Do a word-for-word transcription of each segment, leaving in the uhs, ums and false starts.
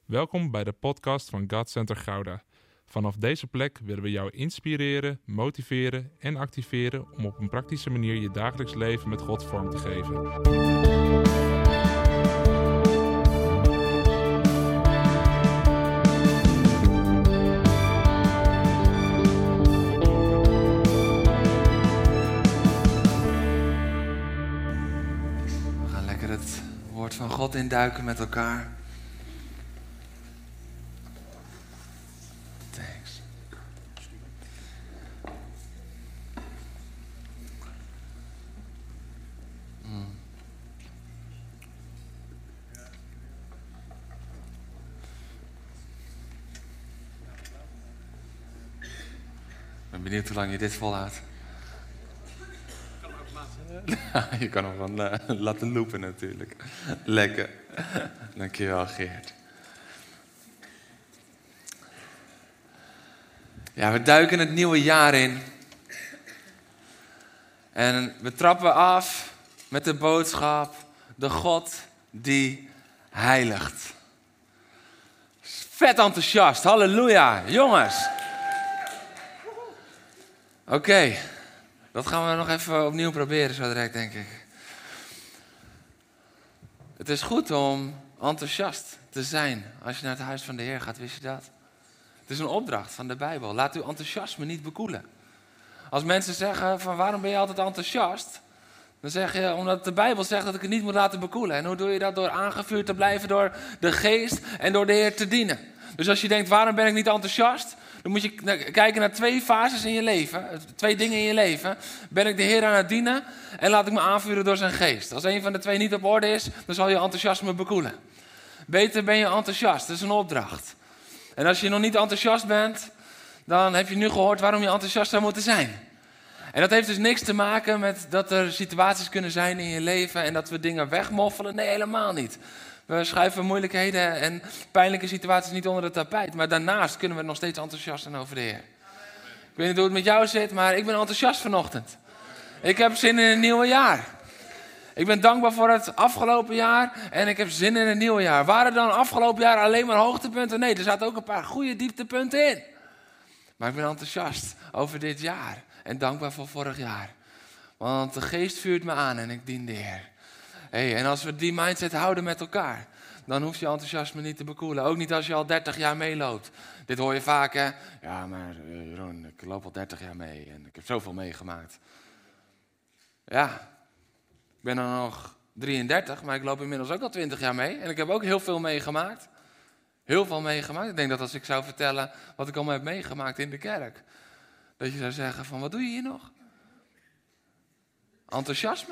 Welkom bij de podcast van God Center Gouda. Vanaf deze plek willen we jou inspireren, motiveren en activeren om op een praktische manier je dagelijks leven met God vorm te geven. We gaan lekker het woord van God induiken met elkaar. Thanks. Mm. Ik ben benieuwd hoe lang je dit volhoudt. Je kan hem gewoon uh, laten lopen natuurlijk. Lekker. Dankjewel, Geert. Ja, we duiken het nieuwe jaar in. En we trappen af met de boodschap: de God die heiligt. Vet enthousiast, halleluja, jongens. Oké. Okay. Dat gaan we nog even opnieuw proberen zo direct, denk ik. Het is goed om enthousiast te zijn als je naar het huis van de Heer gaat, wist je dat? Het is een opdracht van de Bijbel. Laat uw enthousiasme niet bekoelen. Als mensen zeggen van waarom ben je altijd enthousiast? Dan zeg je omdat de Bijbel zegt dat ik het niet moet laten bekoelen. En hoe doe je dat? Door aangevuurd te blijven door de geest en door de Heer te dienen. Dus als je denkt waarom ben ik niet enthousiast? Dan moet je kijken naar twee fases in je leven. Twee dingen in je leven. Ben ik de Heer aan het dienen en laat ik me aanvuren door zijn geest. Als een van de twee niet op orde is, dan zal je enthousiasme bekoelen. Beter ben je enthousiast. Dat is een opdracht. En als je nog niet enthousiast bent, dan heb je nu gehoord waarom je enthousiast zou moeten zijn. En dat heeft dus niks te maken met dat er situaties kunnen zijn in je leven en dat we dingen wegmoffelen. Nee, helemaal niet. We schuiven moeilijkheden en pijnlijke situaties niet onder het tapijt. Maar daarnaast kunnen we nog steeds enthousiast zijn over de Heer. Ik weet niet hoe het met jou zit, maar ik ben enthousiast vanochtend. Ik heb zin in een nieuwe jaar. Ik ben dankbaar voor het afgelopen jaar en ik heb zin in een nieuw jaar. Waren er dan afgelopen jaar alleen maar hoogtepunten? Nee, er zaten ook een paar goede dieptepunten in. Maar ik ben enthousiast over dit jaar en dankbaar voor vorig jaar. Want de geest vuurt me aan en ik dien de Heer. Hey, en als we die mindset houden met elkaar, dan hoeft je enthousiasme niet te bekoelen. Ook niet als je al dertig jaar meeloopt. Dit hoor je vaak, hè? Ja, maar uh, Jeroen, ik loop al dertig jaar mee en ik heb zoveel meegemaakt. Ja, ik ben dan nog drieëndertig, maar ik loop inmiddels ook al twintig jaar mee. En ik heb ook heel veel meegemaakt. Heel veel meegemaakt. Ik denk dat als ik zou vertellen wat ik allemaal heb meegemaakt in de kerk, dat je zou zeggen van, wat doe je hier nog? Enthousiasme.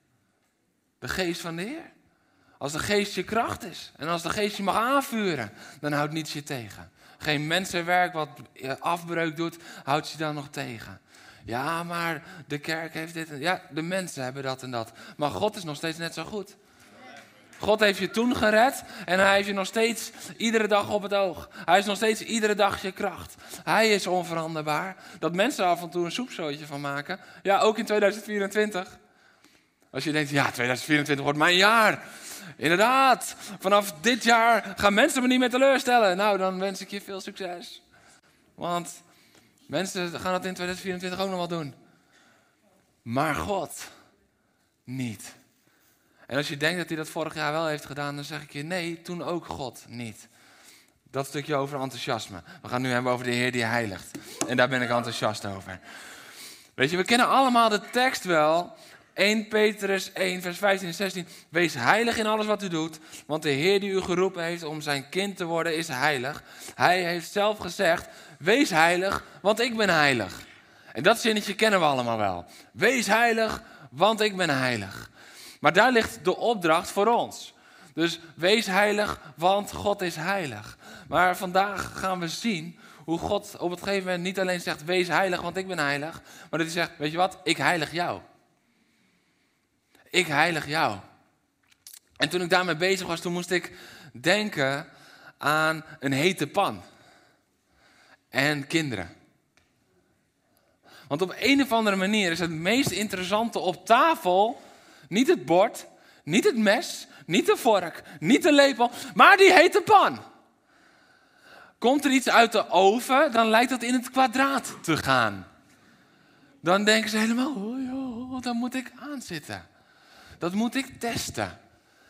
De geest van de Heer. Als de geest je kracht is en als de geest je mag aanvuren, dan houdt niets je tegen. Geen mensenwerk wat afbreuk doet, houdt je dan nog tegen. Ja, maar de kerk heeft dit en ja, de mensen hebben dat en dat. Maar God is nog steeds net zo goed. God heeft je toen gered en hij heeft je nog steeds iedere dag op het oog. Hij is nog steeds iedere dag je kracht. Hij is onveranderbaar. Dat mensen af en toe een soepzootje van maken. Ja, ook in tweeduizend vierentwintig. Als je denkt, ja, tweeduizend vierentwintig wordt mijn jaar. Inderdaad, vanaf dit jaar gaan mensen me niet meer teleurstellen. Nou, dan wens ik je veel succes. Want mensen gaan dat in tweeduizend vierentwintig ook nog wel doen. Maar God niet. En als je denkt dat hij dat vorig jaar wel heeft gedaan, dan zeg ik je nee, toen ook God niet. Dat stukje over enthousiasme. We gaan nu hebben over de Heer die heiligt. En daar ben ik enthousiast over. Weet je, we kennen allemaal de tekst wel. eerste Petrus één, vers vijftien en zestien. Wees heilig in alles wat u doet, want de Heer die u geroepen heeft om zijn kind te worden is heilig. Hij heeft zelf gezegd, wees heilig, want ik ben heilig. En dat zinnetje kennen we allemaal wel. Wees heilig, want ik ben heilig. Maar daar ligt de opdracht voor ons. Dus wees heilig, want God is heilig. Maar vandaag gaan we zien hoe God op het gegeven moment niet alleen zegt, wees heilig, want ik ben heilig. Maar dat hij zegt, weet je wat, ik heilig jou. Ik heilig jou. En toen ik daarmee bezig was, toen moest ik denken aan een hete pan. En kinderen. Want op een of andere manier is het meest interessante op tafel niet het bord, niet het mes, niet de vork, niet de lepel, maar die hete pan. komt er iets uit de oven, dan lijkt dat in het kwadraat te gaan. Dan denken ze helemaal, oh, joh, daar moet ik aan zitten. Dat moet ik testen.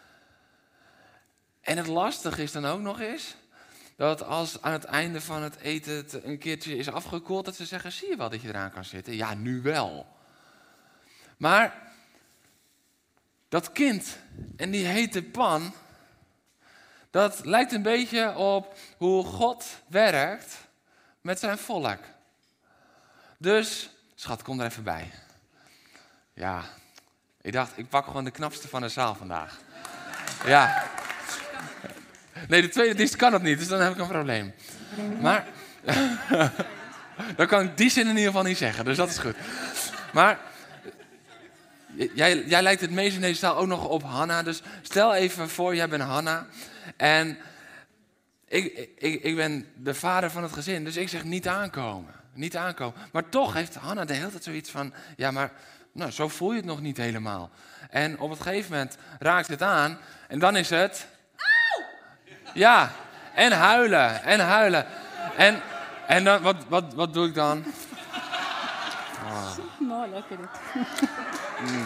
En het lastige is dan ook nog eens, dat als aan het einde van het eten het een keertje is afgekoeld, dat ze zeggen, zie je wel dat je eraan kan zitten? Ja, nu wel. Maar dat kind en die hete pan, dat lijkt een beetje op hoe God werkt met zijn volk. Dus, schat, kom er even bij. Ja, ik dacht, ik pak gewoon de knapste van de zaal vandaag. Ja. Nee, de tweede dienst kan het niet, dus dan heb ik een probleem. Maar, dan kan ik die zin in ieder geval niet zeggen, dus dat is goed. Maar, jij, jij lijkt het meest in deze zaal ook nog op Hanna, dus stel even voor, jij bent Hanna. En ik, ik, ik ben de vader van het gezin, dus ik zeg niet aankomen. Niet aankomen. Maar toch heeft Hanna de hele tijd zoiets van, ja maar, nou, zo voel je het nog niet helemaal. En op een gegeven moment raakt het aan en dan is het... Auw! Ja, en huilen, en huilen. En, en dan, wat, wat, wat doe ik dan? Oh. Nou, lekker dit. Mm.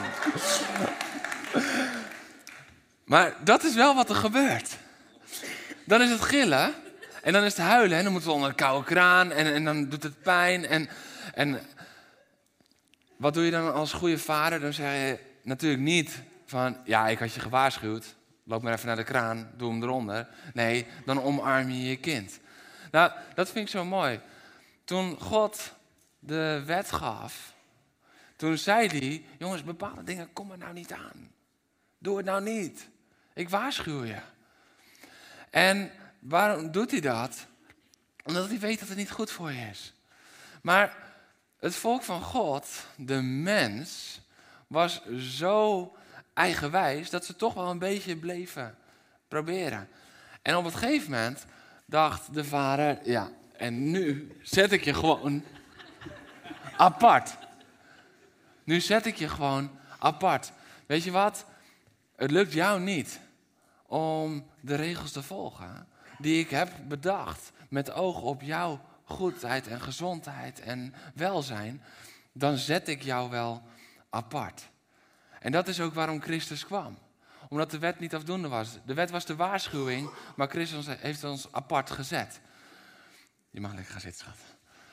Maar dat is wel wat er gebeurt. Dan is het gillen en dan is het huilen en dan moeten we onder een koude kraan en, en dan doet het pijn. En, en wat doe je dan als goede vader? Dan zeg je natuurlijk niet van, ja, ik had je gewaarschuwd, loop maar even naar de kraan, doe hem eronder. Nee, dan omarm je je kind. Nou, dat vind ik zo mooi. Toen God de wet gaf, toen zei hij, jongens, bepaalde dingen kom er nou niet aan. Doe het nou niet. Ik waarschuw je. En waarom doet hij dat? Omdat hij weet dat het niet goed voor je is. Maar het volk van God, de mens, was zo eigenwijs dat ze toch wel een beetje bleven proberen. En op een gegeven moment dacht de vader, ja, en nu zet ik je gewoon apart. Nu zet ik je gewoon apart. Weet je wat? Het lukt jou niet om de regels te volgen die ik heb bedacht met oog op jouw goedheid en gezondheid en welzijn. Dan zet ik jou wel apart. En dat is ook waarom Christus kwam. Omdat de wet niet afdoende was. De wet was de waarschuwing, maar Christus heeft ons apart gezet. Je mag lekker gaan zitten, schat.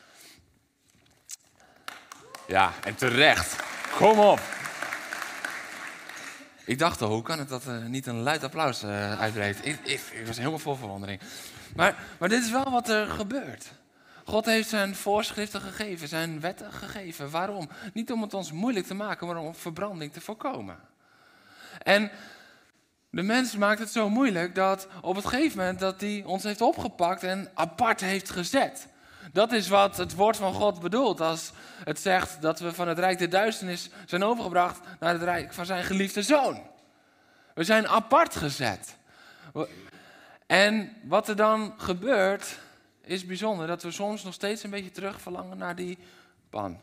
Ja, en terecht. Kom op. Ik dacht al, hoe kan het dat er niet een luid applaus uh, uitbreekt? Ik, ik, ik was helemaal vol verwondering. Maar, maar dit is wel wat er gebeurt. God heeft zijn voorschriften gegeven, zijn wetten gegeven. Waarom? Niet om het ons moeilijk te maken, maar om verbranding te voorkomen. En de mens maakt het zo moeilijk dat op het gegeven moment dat hij ons heeft opgepakt en apart heeft gezet. Dat is wat het woord van God bedoelt als het zegt dat we van het rijk der duisternis zijn overgebracht naar het rijk van zijn geliefde zoon. We zijn apart gezet. En wat er dan gebeurt is bijzonder, dat we soms nog steeds een beetje terug verlangen naar die pan.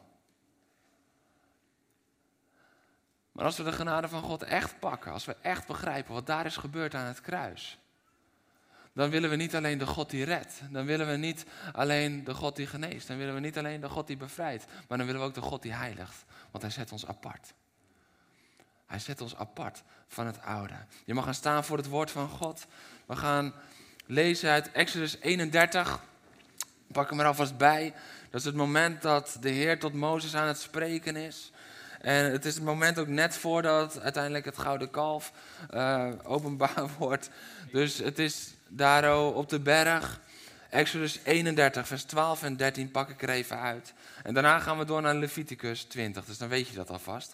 Maar als we de genade van God echt pakken, als we echt begrijpen wat daar is gebeurd aan het kruis, dan willen we niet alleen de God die redt. Dan willen we niet alleen de God die geneest. Dan willen we niet alleen de God die bevrijdt. Maar dan willen we ook de God die heiligt. Want hij zet ons apart. Hij zet ons apart van het oude. Je mag gaan staan voor het woord van God. We gaan lezen uit Exodus eenendertig. Pak hem er alvast bij. Dat is het moment dat de Heer tot Mozes aan het spreken is. En het is het moment ook net voordat uiteindelijk het gouden kalf uh, openbaar wordt. Dus het is daar op de berg. Exodus eenendertig, vers twaalf en dertien pak ik er even uit. En daarna gaan we door naar Leviticus twintig, dus dan weet je dat alvast.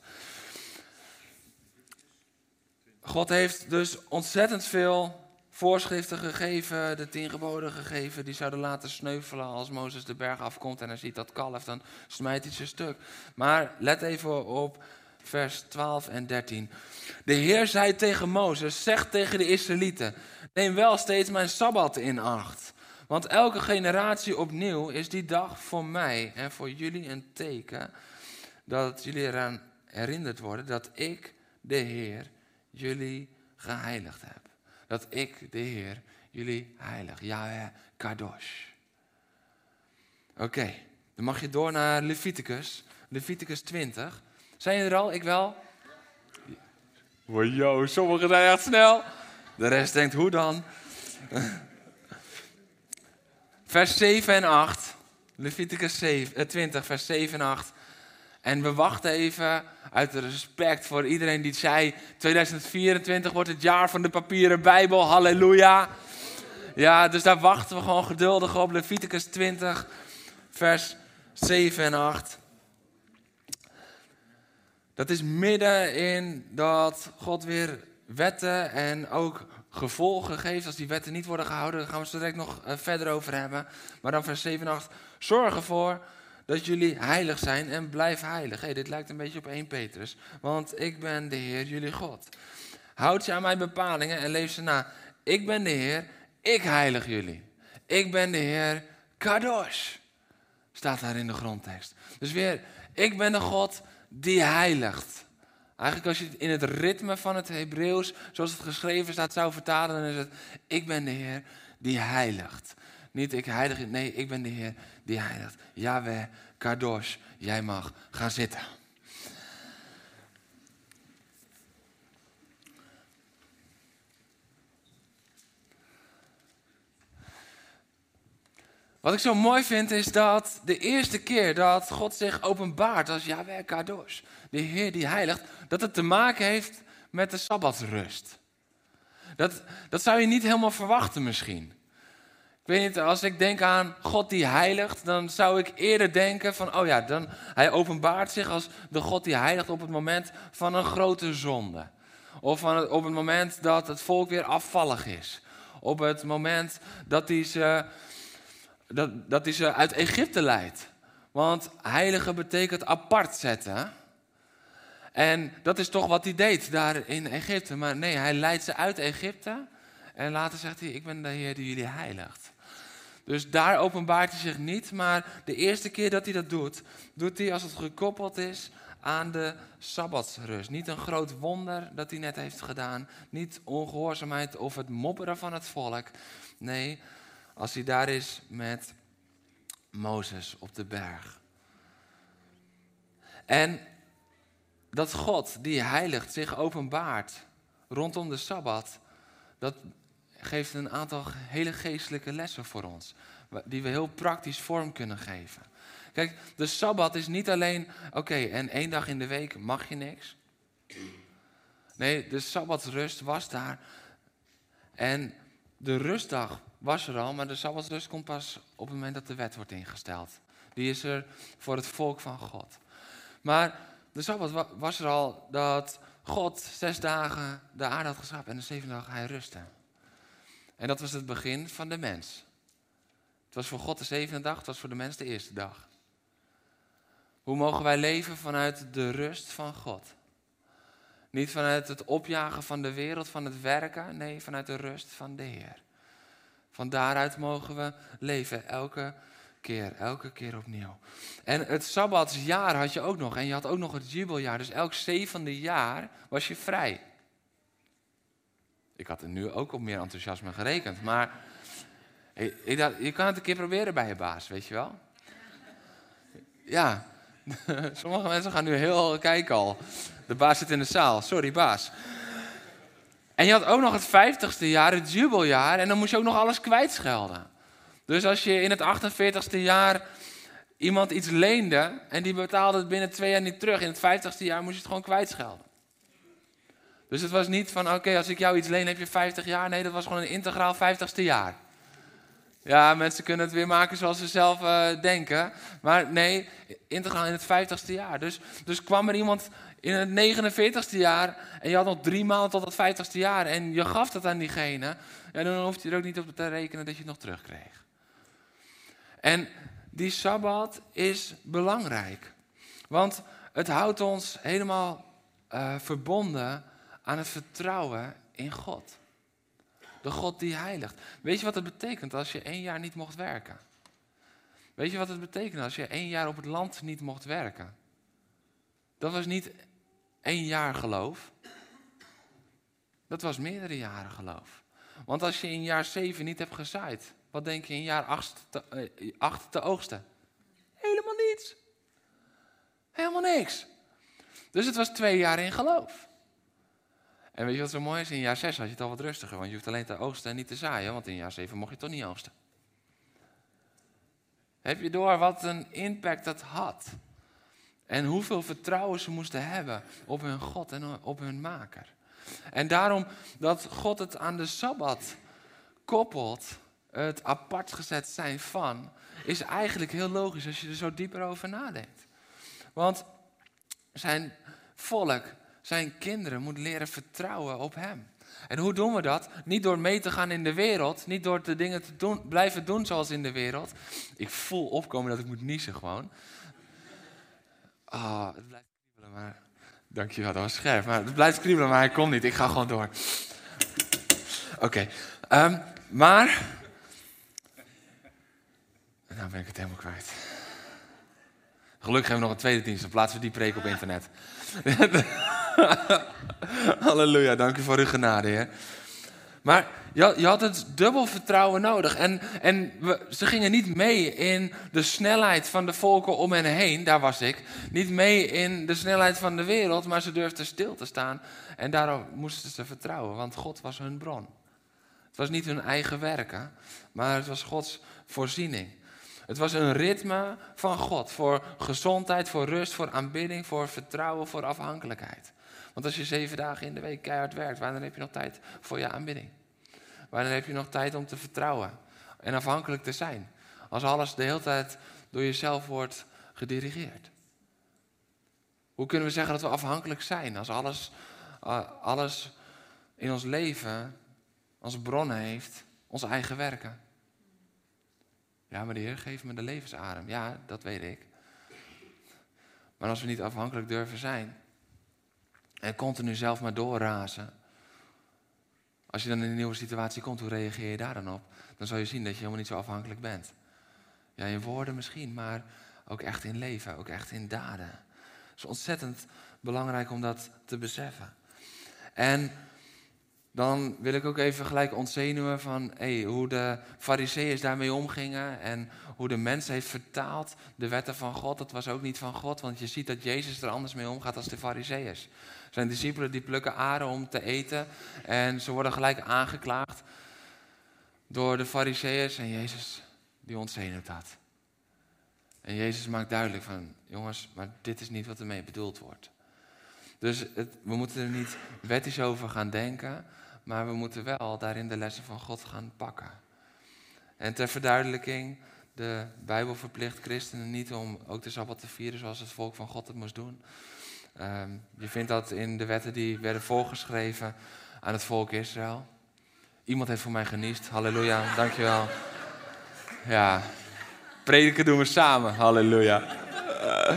God heeft dus ontzettend veel voorschriften gegeven, de tien geboden gegeven. Die zouden laten sneuvelen als Mozes de berg afkomt en hij ziet dat kalf, dan smijt hij ze stuk. Maar let even op vers twaalf en dertien. De Heer zei tegen Mozes, zeg tegen de Israëlieten, neem wel steeds mijn Sabbat in acht. Want elke generatie opnieuw is die dag voor mij en voor jullie een teken dat jullie eraan herinnerd worden dat ik, de Heer, jullie geheiligd heb. Dat ik, de Heer, jullie heilig. Yahweh Kadosh. Oké, okay, dan mag je door naar Leviticus. Leviticus twintig. Zijn je er al? Ik wel? Wow, sommigen zijn echt snel. De rest denkt, hoe dan? Vers zeven en acht. Leviticus twintig, vers zeven en acht. En we wachten even uit respect voor iedereen die zei... tweeduizend vierentwintig wordt het jaar van de papieren Bijbel. Halleluja. Ja, dus daar wachten we gewoon geduldig op. Leviticus twintig, vers zeven en acht. Dat is midden in dat God weer wetten en ook gevolgen geeft. Als die wetten niet worden gehouden, daar gaan we het zo direct nog uh, verder over hebben. Maar dan vers zeven en acht. Zorg ervoor dat jullie heilig zijn en blijf heilig. Hey, dit lijkt een beetje op eerste Petrus. Want ik ben de Heer, jullie God. Houd je aan mijn bepalingen en leef ze na. Ik ben de Heer, ik heilig jullie. Ik ben de Heer, Kadosh. Staat daar in de grondtekst. Dus weer, ik ben de God die heiligt. Eigenlijk als je het in het ritme van het Hebreeuws, zoals het geschreven staat, zou vertalen, dan is het, ik ben de Heer die heiligt. Niet ik heilig, nee, ik ben de Heer die heiligt. Yahweh, Kadosh, jij mag gaan zitten. Wat ik zo mooi vind is dat de eerste keer dat God zich openbaart als Yahweh Kadosh, de Heer die heiligt, dat het te maken heeft met de Sabbatsrust. Dat, dat zou je niet helemaal verwachten misschien. Ik weet niet, als ik denk aan God die heiligt, dan zou ik eerder denken van, oh ja, dan, hij openbaart zich als de God die heiligt op het moment van een grote zonde. Of van het, op het moment dat het volk weer afvallig is. Op het moment dat hij ze... Dat, dat hij ze uit Egypte leidt. Want heilige betekent apart zetten. En dat is toch wat hij deed daar in Egypte. Maar nee, hij leidt ze uit Egypte. En later zegt hij, ik ben de Heer die jullie heiligt. Dus daar openbaart hij zich niet. Maar de eerste keer dat hij dat doet, doet hij als het gekoppeld is aan de Sabbatsrust. Niet een groot wonder dat hij net heeft gedaan. Niet ongehoorzaamheid of het mopperen van het volk. Nee, als hij daar is met Mozes op de berg. En dat God die heiligt zich openbaart rondom de Sabbat, dat geeft een aantal hele geestelijke lessen voor ons. Die we heel praktisch vorm kunnen geven. Kijk, de Sabbat is niet alleen, oké, okay, en één dag in de week mag je niks. Nee, de Sabbatsrust was daar. En de rustdag was er al, maar de Sabbatsrust komt pas op het moment dat de wet wordt ingesteld. Die is er voor het volk van God. Maar de Sabbat was er al dat God zes dagen de aarde had geschapen en de zevende dag hij rustte. En dat was het begin van de mens. Het was voor God de zevende dag, het was voor de mens de eerste dag. Hoe mogen wij leven vanuit de rust van God? Niet vanuit het opjagen van de wereld, van het werken. Nee, vanuit de rust van de Heer. Van daaruit mogen we leven elke keer, elke keer opnieuw. En het Sabbatsjaar had je ook nog. En je had ook nog het jubeljaar. Dus elk zevende jaar was je vrij. Ik had er nu ook op meer enthousiasme gerekend. Maar ik, ik dacht, je kan het een keer proberen bij je baas, weet je wel. Ja, sommige mensen gaan nu heel kijken al. De baas zit in de zaal. Sorry, baas. En je had ook nog het vijftigste jaar, het jubeljaar. En dan moest je ook nog alles kwijtschelden. Dus als je in het achtenveertigste jaar iemand iets leende en die betaalde het binnen twee jaar niet terug. In het vijftigste jaar moest je het gewoon kwijtschelden. Dus het was niet van, oké, okay, als ik jou iets leen heb je vijftig jaar. Nee, dat was gewoon een integraal vijftigste jaar. Ja, mensen kunnen het weer maken zoals ze zelf uh, denken. Maar nee, integraal in het vijftigste jaar. Dus, dus kwam er iemand in het negenenveertigste jaar en je had nog drie maanden tot het vijftigste jaar en je gaf dat aan diegene. En dan hoefde je er ook niet op te rekenen dat je het nog terugkreeg. En die Sabbat is belangrijk. Want het houdt ons helemaal uh, verbonden aan het vertrouwen in God. De God die heiligt. Weet je wat het betekent als je één jaar niet mocht werken? Weet je wat het betekent als je één jaar op het land niet mocht werken? Dat was niet één jaar geloof. Dat was meerdere jaren geloof. Want als je in jaar zeven niet hebt gezaaid, wat denk je in jaar acht te, uh, acht te oogsten? Helemaal niets. Helemaal niks. Dus het was twee jaar in geloof. En weet je wat zo mooi is? In jaar zes had je het al wat rustiger. Want je hoeft alleen te oogsten en niet te zaaien. Want in jaar zeven mocht je toch niet oogsten. Heb je door wat een impact dat had? En hoeveel vertrouwen ze moesten hebben op hun God en op hun maker. En daarom dat God het aan de Sabbat koppelt, het apart gezet zijn van, is eigenlijk heel logisch als je er zo dieper over nadenkt. Want zijn volk, zijn kinderen moeten leren vertrouwen op hem. En hoe doen we dat? Niet door mee te gaan in de wereld, niet door de dingen te doen, blijven doen zoals in de wereld. Ik voel opkomen dat ik moet niezen gewoon. Ah, oh, het blijft kriebelen, maar... Dankjewel, dat was scherp. Maar het blijft kriebelen, maar hij komt niet. Ik ga gewoon door. Oké. Okay. Um, maar... Nou ben ik het helemaal kwijt. Gelukkig hebben we nog een tweede dienst. Dan plaatsen we die preek op internet. Halleluja, dank u voor uw genade, Heer. Maar je had, je had het dubbel vertrouwen nodig. En, en we, ze gingen niet mee in de snelheid van de volken om hen heen. Daar was ik. Niet mee in de snelheid van de wereld. Maar ze durfden stil te staan. En daarom moesten ze vertrouwen. Want God was hun bron. Het was niet hun eigen werken. Maar het was Gods voorziening. Het was een ritme van God. Voor gezondheid, voor rust, voor aanbidding, voor vertrouwen, voor afhankelijkheid. Want als je zeven dagen in de week keihard werkt, wanneer heb je nog tijd voor je aanbidding? Wanneer heb je nog tijd om te vertrouwen en afhankelijk te zijn? Als alles de hele tijd door jezelf wordt gedirigeerd. Hoe kunnen we zeggen dat we afhankelijk zijn als alles, uh, alles in ons leven als bron heeft, ons eigen werken? Ja, maar de Heer geeft me de levensadem. Ja, dat weet ik. Maar als we niet afhankelijk durven zijn en continu zelf maar doorrazen. Als je dan in een nieuwe situatie komt, hoe reageer je daar dan op? Dan zal je zien dat je helemaal niet zo afhankelijk bent. Ja, in woorden misschien, maar ook echt in leven, ook echt in daden. Het is ontzettend belangrijk om dat te beseffen. En dan wil ik ook even gelijk ontzenuwen van hey, hoe de Farizeeërs daarmee omgingen en hoe de mens heeft vertaald de wetten van God. Dat was ook niet van God, want je ziet dat Jezus er anders mee omgaat als de Farizeeërs. Zijn discipelen die plukken aren om te eten en ze worden gelijk aangeklaagd door de Farizeeërs en Jezus die ontzenuwt dat. En Jezus maakt duidelijk van jongens, maar dit is niet wat ermee bedoeld wordt. Dus het, we moeten er niet wettisch over gaan denken, maar we moeten wel daarin de lessen van God gaan pakken. En ter verduidelijking, de Bijbel verplicht christenen niet om ook de Sabbat te vieren zoals het volk van God het moest doen. Um, je vindt dat in de wetten die werden voorgeschreven aan het volk Israël. Iemand heeft voor mij geniest, halleluja, dankjewel. Ja, prediken doen we samen, halleluja. Uh.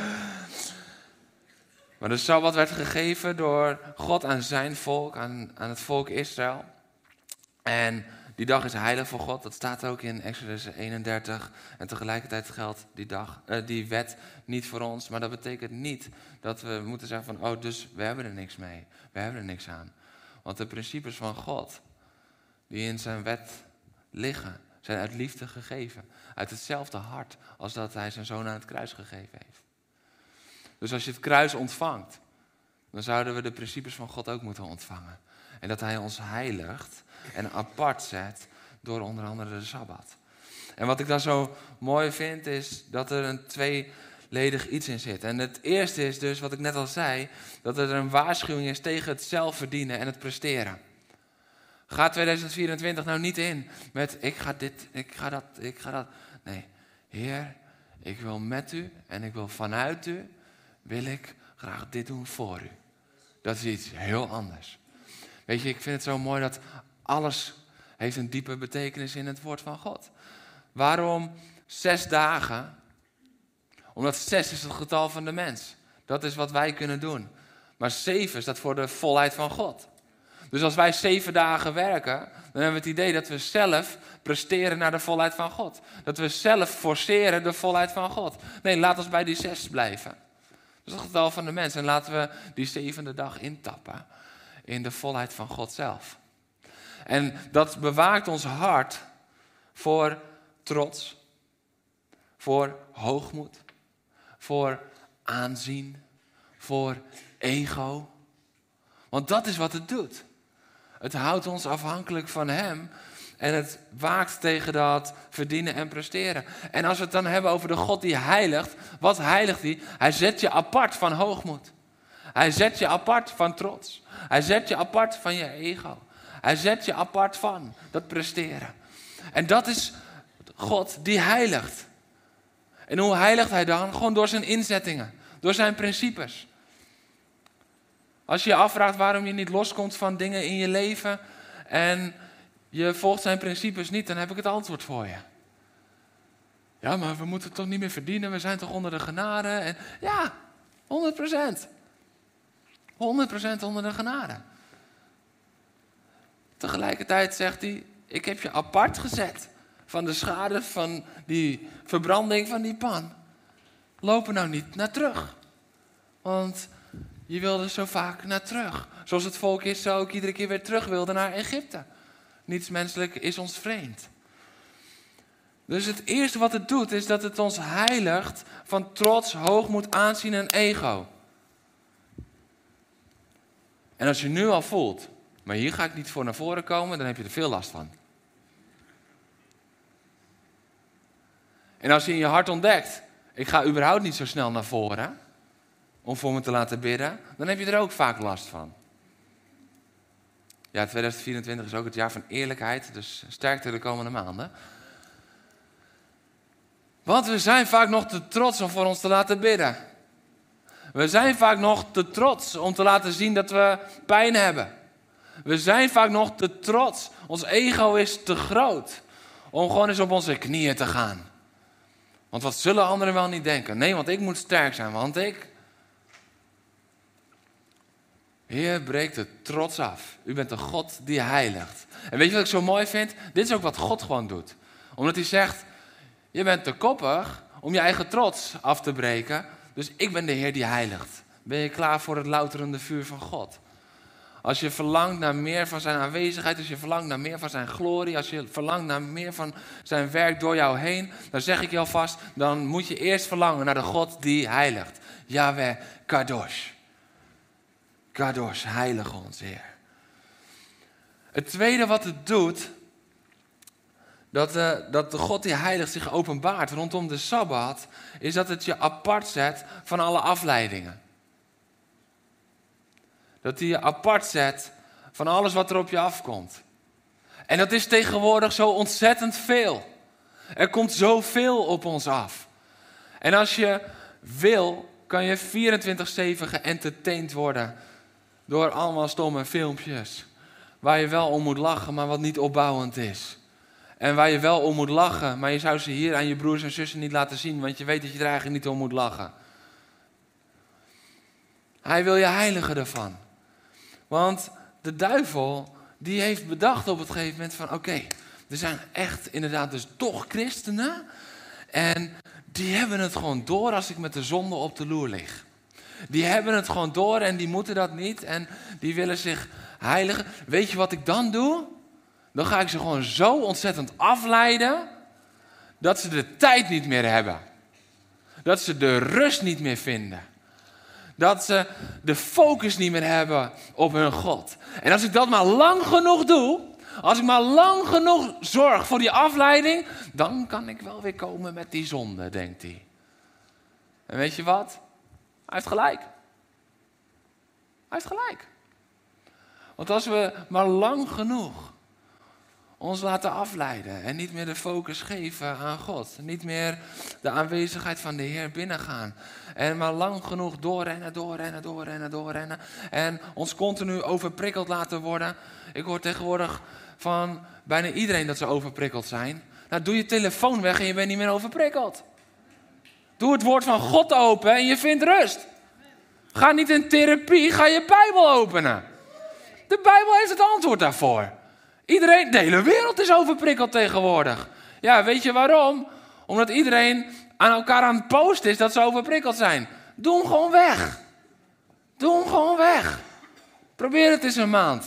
Maar de Sabbat werd gegeven door God aan zijn volk, aan, aan het volk Israël. En die dag is heilig voor God, dat staat ook in Exodus eenendertig. En tegelijkertijd geldt die, dag, uh, die wet niet voor ons. Maar dat betekent niet dat we moeten zeggen van, oh, dus we hebben er niks mee. We hebben er niks aan. Want de principes van God, die in zijn wet liggen, zijn uit liefde gegeven. Uit hetzelfde hart als dat hij zijn zoon aan het kruis gegeven heeft. Dus als je het kruis ontvangt, dan zouden we de principes van God ook moeten ontvangen. En dat hij ons heiligt en apart zet door onder andere de Sabbat. En wat ik dan zo mooi vind, is dat er een tweeledig iets in zit. En het eerste is dus, wat ik net al zei, dat er een waarschuwing is tegen het zelfverdienen en het presteren. Ga tweeduizend vierentwintig nou niet in met ik ga dit, ik ga dat, ik ga dat. Nee, Heer, ik wil met u en ik wil vanuit u, wil ik graag dit doen voor u. Dat is iets heel anders. Weet je, ik vind het zo mooi dat alles heeft een diepe betekenis in het woord van God. Waarom zes dagen? Omdat zes is het getal van de mens. Dat is wat wij kunnen doen. Maar zeven staat voor de volheid van God. Dus als wij zeven dagen werken, dan hebben we het idee dat we zelf presteren naar de volheid van God. Dat we zelf forceren de volheid van God. Nee, laat ons bij die zes blijven. Dat is het getal van de mens. En laten we die zevende dag intappen in de volheid van God zelf. En dat bewaakt ons hart voor trots, voor hoogmoed, voor aanzien, voor ego. Want dat is wat het doet. Het houdt ons afhankelijk van hem en het waakt tegen dat verdienen en presteren. En als we het dan hebben over de God die heiligt, wat heiligt hij? Hij zet je apart van hoogmoed. Hij zet je apart van trots. Hij zet je apart van je ego. Hij zet je apart van dat presteren. En dat is God die heiligt. En hoe heiligt hij dan? Gewoon door zijn inzettingen, door zijn principes. Als je je afvraagt waarom je niet loskomt van dingen in je leven en je volgt zijn principes niet, dan heb ik het antwoord voor je. Ja, maar we moeten het toch niet meer verdienen, we zijn toch onder de genade? En ja, honderd procent. honderd procent onder de genade. Tegelijkertijd zegt hij, ik heb je apart gezet van de schade van die verbranding van die pan. Loop er nou niet naar terug. Want je wilde zo vaak naar terug. Zoals het volk is, zo ook iedere keer weer terug wilde naar Egypte. Niets menselijk is ons vreemd. Dus het eerste wat het doet, is dat het ons heiligt van trots, hoogmoed, aanzien en ego. En als je nu al voelt, maar hier ga ik niet voor naar voren komen, dan heb je er veel last van. En als je in je hart ontdekt, ik ga überhaupt niet zo snel naar voren om voor me te laten bidden, dan heb je er ook vaak last van. Ja, tweeduizend vierentwintig is ook het jaar van eerlijkheid, dus sterkte de komende maanden. Want we zijn vaak nog te trots om voor ons te laten bidden. We zijn vaak nog te trots om te laten zien dat we pijn hebben. We zijn vaak nog te trots. Ons ego is te groot om gewoon eens op onze knieën te gaan. Want wat zullen anderen wel niet denken? Nee, want ik moet sterk zijn, want ik... Heer, breek de trots af. U bent een God die heiligt. En weet je wat ik zo mooi vind? Dit is ook wat God gewoon doet. Omdat hij zegt, je bent te koppig om je eigen trots af te breken. Dus ik ben de Heer die heiligt. Ben je klaar voor het louterende vuur van God? Als je verlangt naar meer van zijn aanwezigheid, als je verlangt naar meer van zijn glorie, als je verlangt naar meer van zijn werk door jou heen, dan zeg ik je alvast, dan moet je eerst verlangen naar de God die heiligt. Yahweh Kadosh. Kadosh, heilig ons, Heer. Het tweede wat het doet, dat, uh, dat de God die heiligt zich openbaart rondom de Sabbat, is dat het je apart zet van alle afleidingen. Dat hij je apart zet van alles wat er op je afkomt. En dat is tegenwoordig zo ontzettend veel. Er komt zoveel op ons af. En als je wil, kan je vierentwintig zeven geëntertained worden door allemaal stomme filmpjes. Waar je wel om moet lachen, maar wat niet opbouwend is. En waar je wel om moet lachen, maar je zou ze hier aan je broers en zussen niet laten zien, want je weet dat je er eigenlijk niet om moet lachen. Hij wil je heiligen ervan. Want de duivel, die heeft bedacht op het gegeven moment van, oké, okay, er zijn echt inderdaad dus toch christenen. En die hebben het gewoon door als ik met de zonde op de loer lig. Die hebben het gewoon door en die moeten dat niet. En die willen zich heiligen. Weet je wat ik dan doe? Dan ga ik ze gewoon zo ontzettend afleiden, dat ze de tijd niet meer hebben. Dat ze de rust niet meer vinden. Dat ze de focus niet meer hebben op hun God. En als ik dat maar lang genoeg doe, als ik maar lang genoeg zorg voor die afleiding, dan kan ik wel weer komen met die zonde, denkt hij. En weet je wat? Hij heeft gelijk. Hij heeft gelijk. Want als we maar lang genoeg ons laten afleiden en niet meer de focus geven aan God. Niet meer de aanwezigheid van de Heer binnengaan. En maar lang genoeg doorrennen, doorrennen, doorrennen, doorrennen. En ons continu overprikkeld laten worden. Ik hoor tegenwoordig van bijna iedereen dat ze overprikkeld zijn. Nou, doe je telefoon weg en je bent niet meer overprikkeld. Doe het woord van God open en je vindt rust. Ga niet in therapie, ga je Bijbel openen. De Bijbel heeft het antwoord daarvoor. Iedereen, de hele wereld is overprikkeld tegenwoordig. Ja, weet je waarom? Omdat iedereen aan elkaar aan het posten is dat ze overprikkeld zijn. Doe hem gewoon weg. Doe hem gewoon weg. Probeer het eens een maand.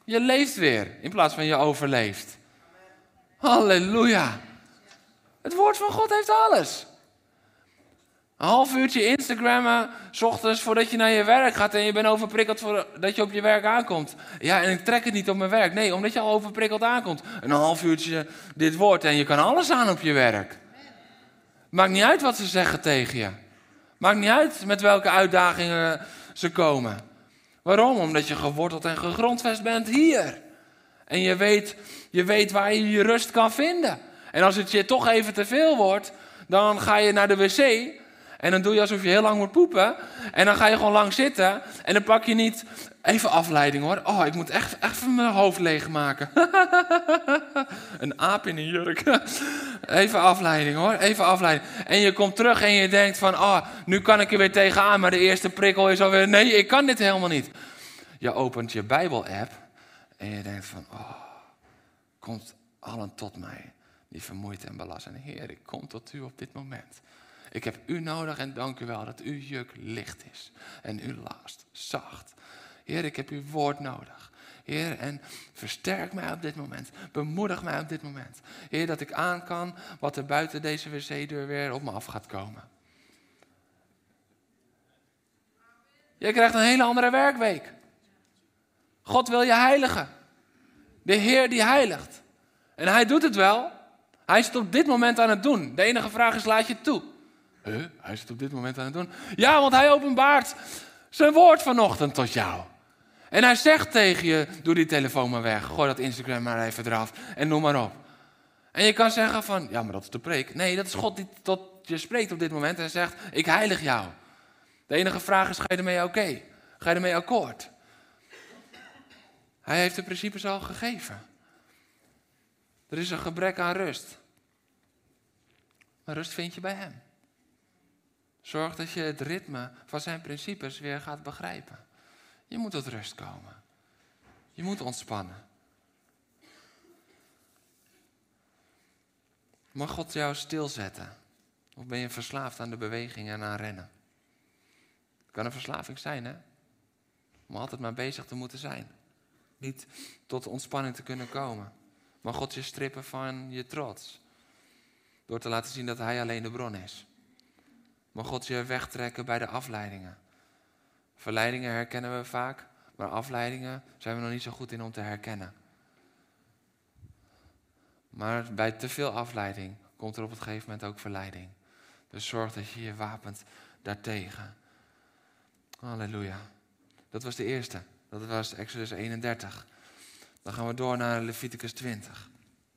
Je leeft weer in plaats van je overleeft. Halleluja. Het woord van God heeft alles. Een half uurtje Instagrammen, 's ochtends voordat je naar je werk gaat en je bent overprikkeld voordat je op je werk aankomt. Ja, en ik trek het niet op mijn werk. Nee, omdat je al overprikkeld aankomt. Een half uurtje dit woord en je kan alles aan op je werk. Maakt niet uit wat ze zeggen tegen je. Maakt niet uit met welke uitdagingen ze komen. Waarom? Omdat je geworteld en gegrondvest bent hier. En je weet, je weet waar je je rust kan vinden. En als het je toch even te veel wordt, dan ga je naar de wc. En dan doe je alsof je heel lang moet poepen. En dan ga je gewoon lang zitten. En dan pak je niet even afleiding hoor. Oh, ik moet echt even mijn hoofd leegmaken. Een aap in een jurk. Even afleiding hoor. Even afleiding. En je komt terug en je denkt van, oh, nu kan ik er weer tegenaan. Maar de eerste prikkel is alweer, nee, ik kan dit helemaal niet. Je opent je Bijbel-app. En je denkt van, oh, komt allen tot mij. Die vermoeid en belast zijn. Heer, ik kom tot u op dit moment. Ik heb u nodig en dank u wel dat uw juk licht is. En uw last zacht. Heer, ik heb uw woord nodig. Heer, en versterk mij op dit moment. Bemoedig mij op dit moment. Heer, dat ik aan kan wat er buiten deze wc-deur weer op me af gaat komen. Jij krijgt een hele andere werkweek. God wil je heiligen. De Heer die heiligt. En hij doet het wel. Hij is het op dit moment aan het doen. De enige vraag is, laat je het toe? Huh? Hij is het op dit moment aan het doen? Ja, want hij openbaart zijn woord vanochtend tot jou. En hij zegt tegen je, doe die telefoon maar weg. Gooi dat Instagram maar even eraf. En noem maar op. En je kan zeggen van, ja, maar dat is de preek. Nee, dat is God die tot je spreekt op dit moment en zegt, ik heilig jou. De enige vraag is, ga je ermee oké? Okay? Ga je ermee akkoord? Hij heeft de principes al gegeven. Er is een gebrek aan rust. Maar rust vind je bij hem. Zorg dat je het ritme van zijn principes weer gaat begrijpen. Je moet tot rust komen. Je moet ontspannen. Mag God jou stilzetten? Of ben je verslaafd aan de beweging en aan rennen? Het kan een verslaving zijn, hè? Om altijd maar bezig te moeten zijn. Niet tot ontspanning te kunnen komen. Mag God je strippen van je trots. Door te laten zien dat hij alleen de bron is. Mag God je wegtrekken bij de afleidingen. Verleidingen herkennen we vaak. Maar afleidingen zijn we nog niet zo goed in om te herkennen. Maar bij te veel afleiding komt er op het gegeven moment ook verleiding. Dus zorg dat je je wapent daartegen. Halleluja. Dat was de eerste. Dat was Exodus eenendertig. Dan gaan we door naar Leviticus twintig.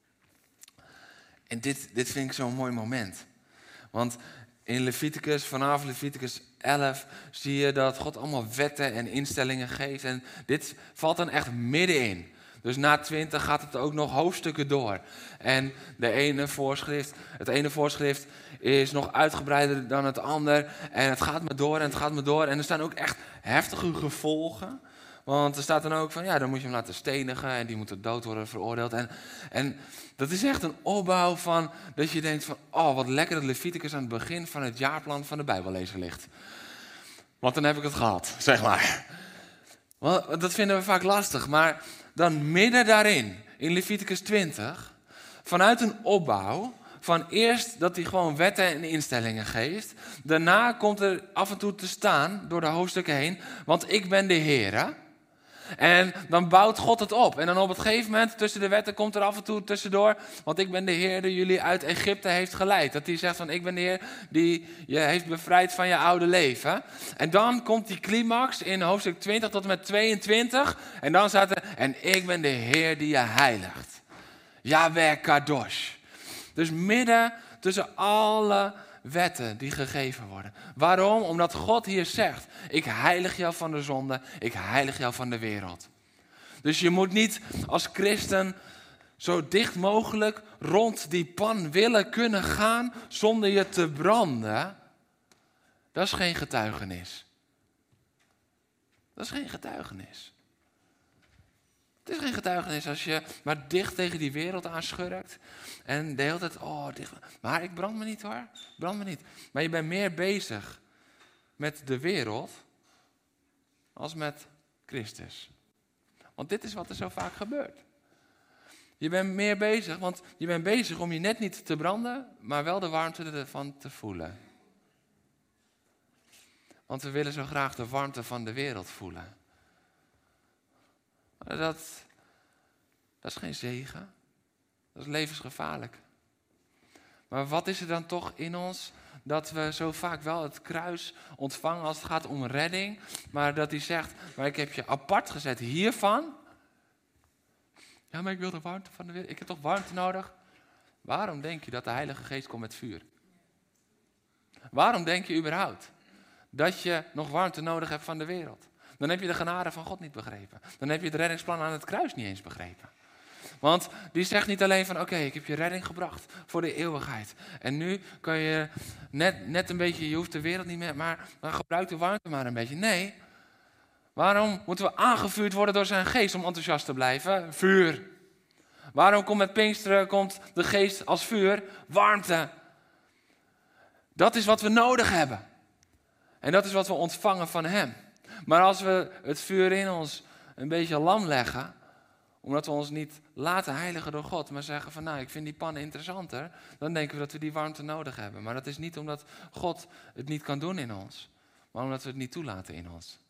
En dit, dit vind ik zo'n mooi moment. Want in Leviticus, vanaf Leviticus elf, zie je dat God allemaal wetten en instellingen geeft. En dit valt dan echt middenin. Dus na twintig gaat het ook nog hoofdstukken door. En de ene voorschrift, het ene voorschrift is nog uitgebreider dan het ander. En het gaat maar door en het gaat maar door. En er staan ook echt heftige gevolgen. Want er staat dan ook van, ja, dan moet je hem laten stenigen en die moet ter dood worden veroordeeld. En, en dat is echt een opbouw van, dat je denkt van, oh, wat lekker dat Leviticus aan het begin van het jaarplan van de Bijbellezer ligt. Want dan heb ik het gehad, zeg maar. Want dat vinden we vaak lastig, maar dan midden daarin, in Leviticus twintig, vanuit een opbouw van eerst dat hij gewoon wetten en instellingen geeft. Daarna komt er af en toe te staan door de hoofdstukken heen, want ik ben de Heere. En dan bouwt God het op. En dan op het gegeven moment tussen de wetten komt er af en toe tussendoor, want ik ben de Heer die jullie uit Egypte heeft geleid. Dat hij zegt van, ik ben de Heer die je heeft bevrijd van je oude leven. En dan komt die climax in hoofdstuk twintig tot en met tweeëntwintig. En dan staat er, en ik ben de Heer die je heiligt. Yahweh Kadosh. Dus midden tussen alle wetten die gegeven worden. Waarom? Omdat God hier zegt, ik heilig jou van de zonde, ik heilig jou van de wereld. Dus je moet niet als christen zo dicht mogelijk rond die pan willen kunnen gaan zonder je te branden. Dat is geen getuigenis. Dat is geen getuigenis. Het is geen getuigenis als je maar dicht tegen die wereld aanschurkt. En de hele tijd, oh, dicht. Maar ik brand me niet hoor, brand me niet. Maar je bent meer bezig met de wereld als met Christus. Want dit is wat er zo vaak gebeurt. Je bent meer bezig, want je bent bezig om je net niet te branden, maar wel de warmte ervan te voelen. Want we willen zo graag de warmte van de wereld voelen. Maar dat, dat is geen zegen. Dat is levensgevaarlijk. Maar wat is er dan toch in ons dat we zo vaak wel het kruis ontvangen als het gaat om redding, maar dat hij zegt, maar ik heb je apart gezet hiervan. Ja, maar ik wil de warmte van de wereld. Ik heb toch warmte nodig? Waarom denk je dat de Heilige Geest komt met vuur? Waarom denk je überhaupt dat je nog warmte nodig hebt van de wereld? Dan heb je de genade van God niet begrepen. Dan heb je het reddingsplan aan het kruis niet eens begrepen. Want die zegt niet alleen van, oké, okay, ik heb je redding gebracht voor de eeuwigheid. En nu kan je net, net een beetje, je hoeft de wereld niet meer, maar, maar gebruik de warmte maar een beetje. Nee. Waarom moeten we aangevuurd worden door zijn geest om enthousiast te blijven? Vuur. Waarom komt met Pinksteren komt de geest als vuur? Warmte. Dat is wat we nodig hebben. En dat is wat we ontvangen van hem. Maar als we het vuur in ons een beetje lam leggen, omdat we ons niet laten heiligen door God, maar zeggen van nou, ik vind die pannen interessanter, dan denken we dat we die warmte nodig hebben. Maar dat is niet omdat God het niet kan doen in ons, maar omdat we het niet toelaten in ons.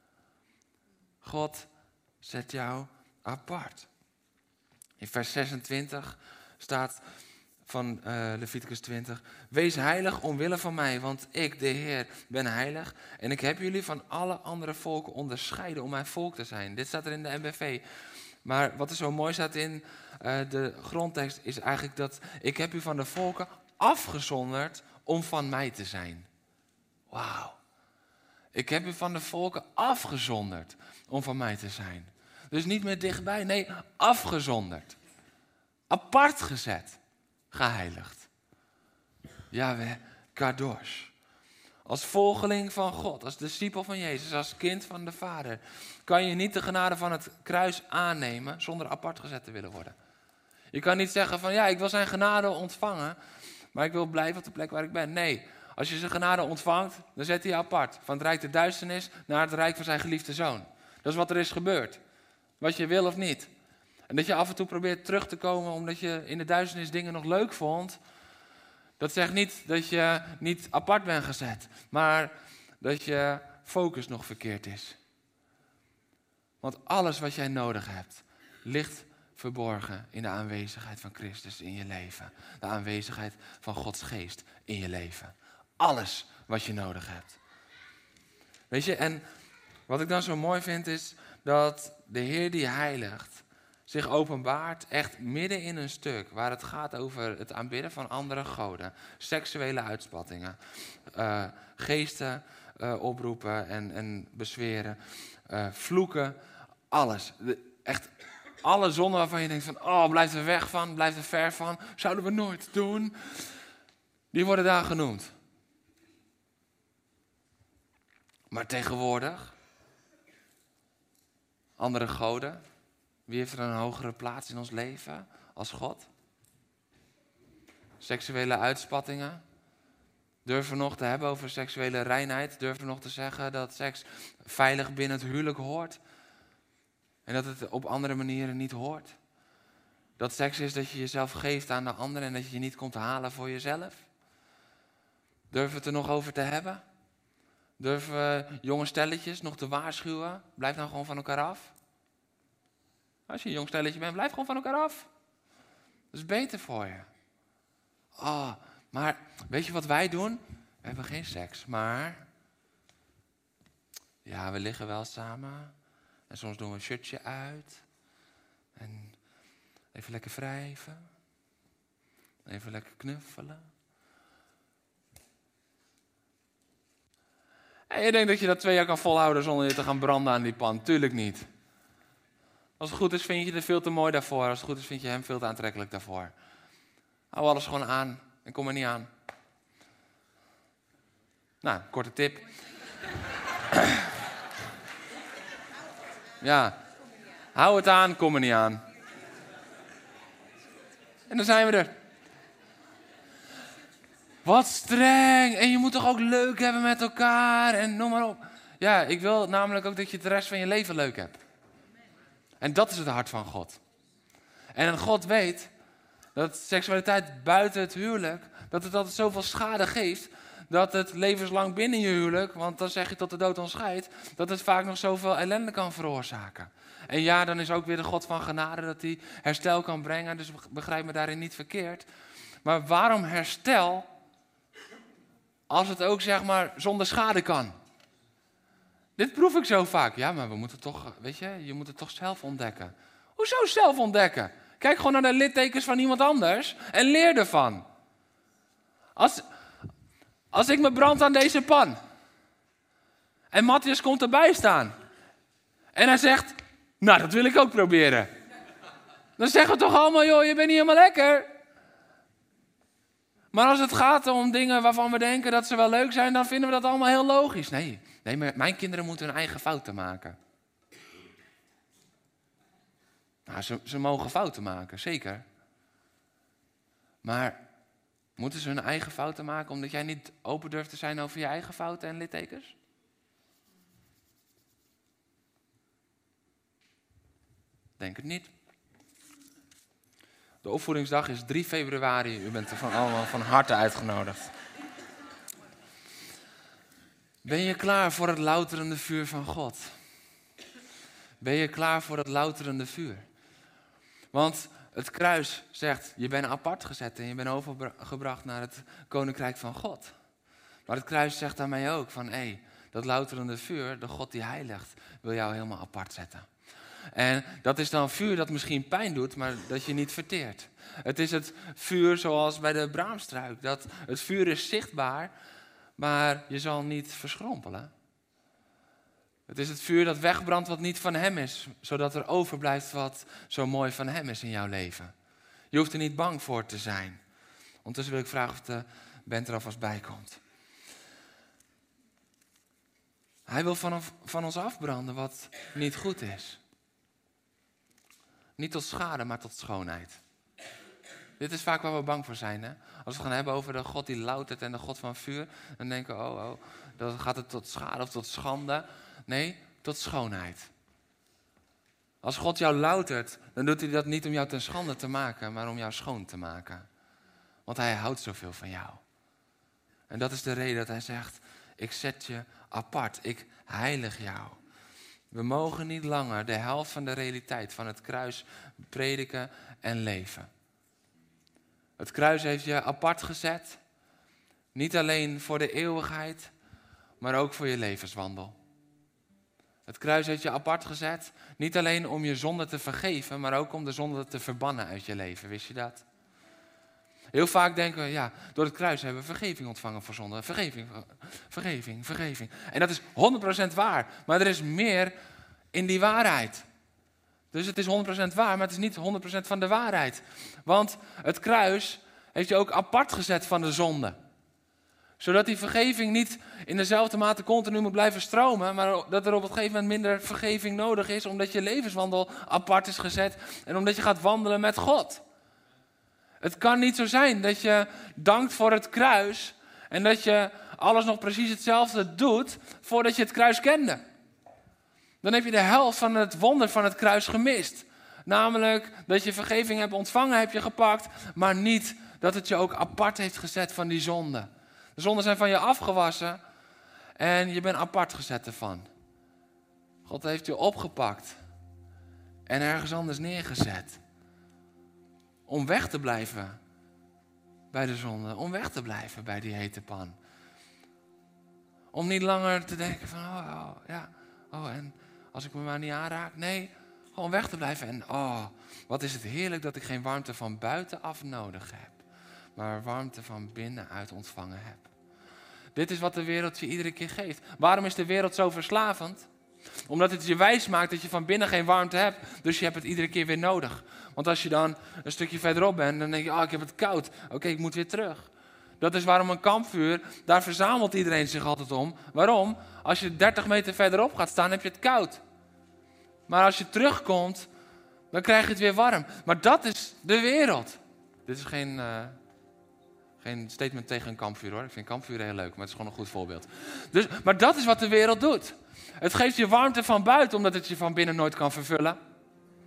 God zet jou apart. In vers zesentwintig staat van uh, Leviticus twintig. Wees heilig omwille van mij, want ik, de Heer, ben heilig. En ik heb jullie van alle andere volken onderscheiden om mijn volk te zijn. Dit staat er in de N B V. Maar wat er zo mooi staat in uh, de grondtekst is eigenlijk dat ik heb u van de volken afgezonderd om van mij te zijn. Wauw. Ik heb u van de volken afgezonderd om van mij te zijn. Dus niet meer dichtbij, nee, afgezonderd. Apart gezet. Geheiligd. Yahweh Kadosh. Als volgeling van God, als discipel van Jezus, als kind van de Vader, kan je niet de genade van het kruis aannemen zonder apart gezet te willen worden. Je kan niet zeggen van ja, ik wil zijn genade ontvangen, maar ik wil blijven op de plek waar ik ben. Nee, als je zijn genade ontvangt, dan zet hij je apart. Van het rijk der duisternis naar het rijk van zijn geliefde zoon. Dat is wat er is gebeurd. Wat je wil of niet. En dat je af en toe probeert terug te komen omdat je in de duisternis dingen nog leuk vond. Dat zegt niet dat je niet apart bent gezet. Maar dat je focus nog verkeerd is. Want alles wat jij nodig hebt, ligt verborgen in de aanwezigheid van Christus in je leven. De aanwezigheid van Gods geest in je leven. Alles wat je nodig hebt. Weet je, en wat ik dan zo mooi vind is dat de Heer die heiligt zich openbaart echt midden in een stuk waar het gaat over het aanbidden van andere goden. Seksuele uitspattingen, uh, geesten uh, oproepen en, en bezweren, uh, vloeken, alles. De, echt alle zonden waarvan je denkt van, oh, blijf er weg van, blijf er ver van, zouden we nooit doen. Die worden daar genoemd. Maar tegenwoordig, andere goden, wie heeft er een hogere plaats in ons leven als God? Seksuele uitspattingen. Durven we nog te hebben over seksuele reinheid? Durven we nog te zeggen dat seks veilig binnen het huwelijk hoort? En dat het op andere manieren niet hoort? Dat seks is dat je jezelf geeft aan de ander en dat je je niet komt halen voor jezelf? Durven we het er nog over te hebben? Durven we jonge stelletjes nog te waarschuwen? Blijf nou gewoon van elkaar af. Als je een jong stelletje bent, blijf gewoon van elkaar af. Dat is beter voor je. Oh, maar weet je wat wij doen? We hebben geen seks, maar ja, we liggen wel samen. En soms doen we een shirtje uit. En even lekker wrijven. Even lekker knuffelen. En je denkt dat je dat twee jaar kan volhouden zonder je te gaan branden aan die pan. Tuurlijk niet. Als het goed is, vind je het veel te mooi daarvoor. Als het goed is, vind je hem veel te aantrekkelijk daarvoor. Hou alles gewoon aan en kom er niet aan. Nou, korte tip. Ja, hou het aan, kom er niet aan. En dan zijn we er. Wat streng. En je moet toch ook leuk hebben met elkaar en noem maar op. Ja, ik wil namelijk ook dat je de rest van je leven leuk hebt. En dat is het hart van God. En God weet dat seksualiteit buiten het huwelijk, dat het altijd zoveel schade geeft, dat het levenslang binnen je huwelijk, want dan zeg je tot de dood ons scheidt, dat het vaak nog zoveel ellende kan veroorzaken. En ja, dan is ook weer de God van genade dat hij herstel kan brengen, dus begrijp me daarin niet verkeerd. Maar waarom herstel als het ook zeg maar zonder schade kan? Dit proef ik zo vaak. Ja, maar we moeten toch, weet je, je moet het toch zelf ontdekken. Hoezo zelf ontdekken? Kijk gewoon naar de littekens van iemand anders en leer ervan. Als, als ik me brand aan deze pan en Matthias komt erbij staan en hij zegt, nou dat wil ik ook proberen. Dan zeggen we toch allemaal, joh, je bent niet helemaal lekker. Maar als het gaat om dingen waarvan we denken dat ze wel leuk zijn, dan vinden we dat allemaal heel logisch. Nee, nee, maar mijn kinderen moeten hun eigen fouten maken. Nou, ze, ze mogen fouten maken, zeker. Maar moeten ze hun eigen fouten maken omdat jij niet open durft te zijn over je eigen fouten en littekens? Denk het niet. De opvoedingsdag is drie februari. U bent er van allemaal van harte uitgenodigd. Ben je klaar voor het louterende vuur van God? Ben je klaar voor het louterende vuur? Want het kruis zegt, je bent apart gezet en je bent overgebracht naar het koninkrijk van God. Maar het kruis zegt daarmee ook van, hé, hey, dat louterende vuur, de God die heiligt, wil jou helemaal apart zetten. En dat is dan vuur dat misschien pijn doet, maar dat je niet verteert. Het is het vuur zoals bij de braamstruik. Dat het vuur is zichtbaar, maar je zal niet verschrompelen. Het is het vuur dat wegbrandt wat niet van hem is, zodat er overblijft wat zo mooi van hem is in jouw leven. Je hoeft er niet bang voor te zijn. Ondertussen wil ik vragen of de band er alvast bij komt. Hij wil van, van ons afbranden wat niet goed is. Niet tot schade, maar tot schoonheid. Dit is vaak waar we bang voor zijn. Hè? Als we het gaan hebben over de God die loutert en de God van vuur, dan denken we, oh, oh, dan gaat het tot schade of tot schande. Nee, tot schoonheid. Als God jou loutert, dan doet hij dat niet om jou ten schande te maken, maar om jou schoon te maken. Want hij houdt zoveel van jou. En dat is de reden dat hij zegt, ik zet je apart, ik heilig jou. We mogen niet langer de helft van de realiteit van het kruis prediken en leven. Het kruis heeft je apart gezet, niet alleen voor de eeuwigheid, maar ook voor je levenswandel. Het kruis heeft je apart gezet, niet alleen om je zonde te vergeven, maar ook om de zonde te verbannen uit je leven. Wist je dat? Heel vaak denken we, ja, door het kruis hebben we vergeving ontvangen voor zonde. Vergeving, vergeving, vergeving. En dat is honderd procent waar, maar er is meer in die waarheid. Dus het is honderd procent waar, maar het is niet honderd procent van de waarheid. Want het kruis heeft je ook apart gezet van de zonde. Zodat die vergeving niet in dezelfde mate continu moet blijven stromen, maar dat er op een gegeven moment minder vergeving nodig is, omdat je levenswandel apart is gezet en omdat je gaat wandelen met God. Het kan niet zo zijn dat je dankt voor het kruis en dat je alles nog precies hetzelfde doet voordat je het kruis kende. Dan heb je de helft van het wonder van het kruis gemist. Namelijk dat je vergeving hebt ontvangen, heb je gepakt, maar niet dat het je ook apart heeft gezet van die zonde. De zonden zijn van je afgewassen en je bent apart gezet ervan. God heeft je opgepakt en ergens anders neergezet. Om weg te blijven bij de zonde, om weg te blijven bij die hete pan. Om niet langer te denken van, oh, oh ja, oh en als ik me maar niet aanraak. Nee, gewoon weg te blijven. En oh, wat is het heerlijk dat ik geen warmte van buitenaf nodig heb, maar warmte van binnenuit ontvangen heb. Dit is wat de wereld je iedere keer geeft. Waarom is de wereld zo verslavend? Omdat het je wijs maakt dat je van binnen geen warmte hebt, dus je hebt het iedere keer weer nodig. Want als je dan een stukje verderop bent, dan denk je, oh, ik heb het koud. Oké, okay, ik moet weer terug. Dat is waarom een kampvuur, daar verzamelt iedereen zich altijd om. Waarom? Als je dertig meter verderop gaat staan, heb je het koud. Maar als je terugkomt, dan krijg je het weer warm. Maar dat is de wereld. Dit is geen, uh, geen statement tegen een kampvuur hoor. Ik vind kampvuren heel leuk, maar het is gewoon een goed voorbeeld. Dus, maar dat is wat de wereld doet. Het geeft je warmte van buiten, omdat het je van binnen nooit kan vervullen.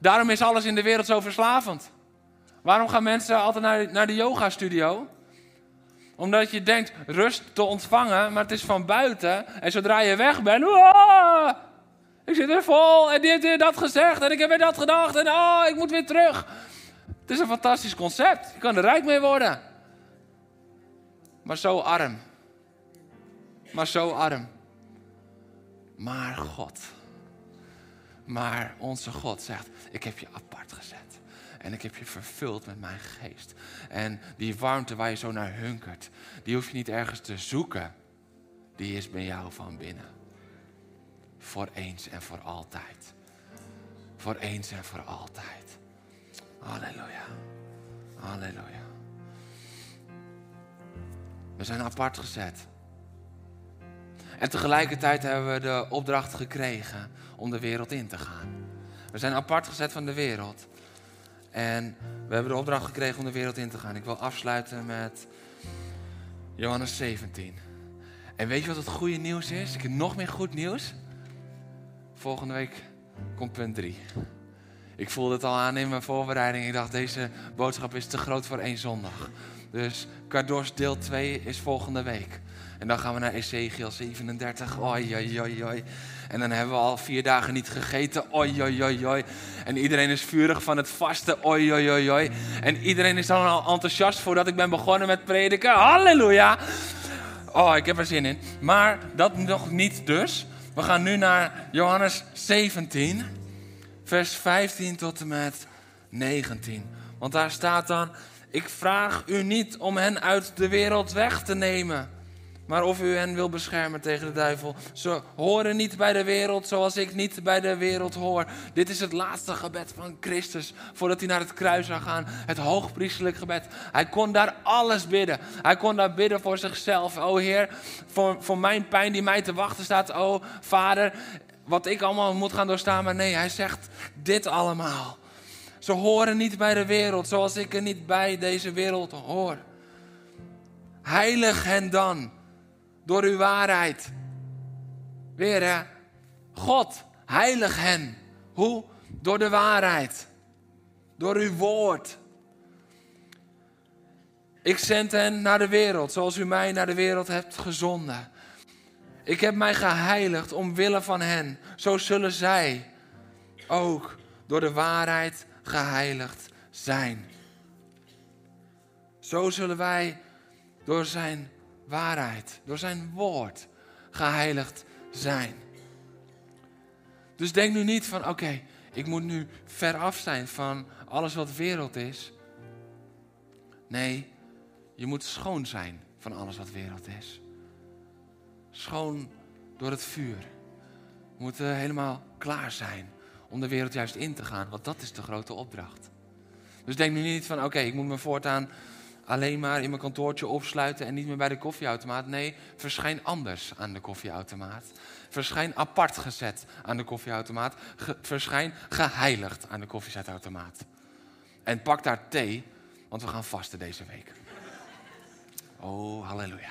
Daarom is alles in de wereld zo verslavend. Waarom gaan mensen altijd naar, naar de yoga studio? Omdat je denkt rust te ontvangen, maar het is van buiten. En zodra je weg bent, oh, ik zit er vol en dit en dat gezegd en ik heb weer dat gedacht en oh, ik moet weer terug. Het is een fantastisch concept. Je kan er rijk mee worden. Maar zo arm. Maar zo arm. Maar God. Maar onze God zegt, ik heb je apart gezet. En ik heb je vervuld met mijn geest. En die warmte waar je zo naar hunkert, die hoef je niet ergens te zoeken. Die is bij jou van binnen. Voor eens en voor altijd. Voor eens en voor altijd. Halleluja. Halleluja. We zijn apart gezet. En tegelijkertijd hebben we de opdracht gekregen om de wereld in te gaan. We zijn apart gezet van de wereld. En we hebben de opdracht gekregen om de wereld in te gaan. Ik wil afsluiten met Johannes zeventien. En weet je wat het goede nieuws is? Ik heb nog meer goed nieuws. Volgende week komt punt drie. Ik voelde het al aan in mijn voorbereiding. Ik dacht, deze boodschap is te groot voor één zondag. Dus Kadosh deel twee is volgende week. En dan gaan we naar Ezekiel zevenendertig. Oi, oi, oi, oi. En dan hebben we al vier dagen niet gegeten. Oi, oi, oi, oi. En iedereen is vurig van het vasten. Oi, oi, oi, oi. En iedereen is dan al enthousiast voordat ik ben begonnen met prediken. Halleluja. Oh, ik heb er zin in. Maar dat nog niet dus. We gaan nu naar Johannes zeventien. Vers vijftien tot en met negentien. Want daar staat dan: ik vraag u niet om hen uit de wereld weg te nemen, maar of u hen wil beschermen tegen de duivel. Ze horen niet bij de wereld zoals ik niet bij de wereld hoor. Dit is het laatste gebed van Christus voordat hij naar het kruis zou gaan. Het hoogpriestelijk gebed. Hij kon daar alles bidden. Hij kon daar bidden voor zichzelf. O Heer, voor, voor mijn pijn die mij te wachten staat. O Vader, wat ik allemaal moet gaan doorstaan. Maar nee, hij zegt dit allemaal. Ze horen niet bij de wereld zoals ik er niet bij deze wereld hoor. Heilig hen dan door uw waarheid. Weer hè. God, heilig hen. Hoe? Door de waarheid. Door uw woord. Ik zend hen naar de wereld zoals u mij naar de wereld hebt gezonden. Ik heb mij geheiligd omwille van hen. Zo zullen zij ook door de waarheid geheiligd zijn. Zo zullen wij door zijn waarheid, door zijn woord geheiligd zijn. Dus denk nu niet van oké, okay, ik moet nu ver af zijn van alles wat wereld is. Nee, je moet schoon zijn van alles wat wereld is. Schoon door het vuur. We moeten helemaal klaar zijn om de wereld juist in te gaan, want dat is de grote opdracht. Dus denk nu niet van oké, okay, ik moet me voortaan alleen maar in mijn kantoortje opsluiten en niet meer bij de koffieautomaat. Nee, verschijn anders aan de koffieautomaat. Verschijn apart gezet aan de koffieautomaat. Ge- verschijn geheiligd aan de koffiezetautomaat. En pak daar thee, want we gaan vasten deze week. Oh, halleluja.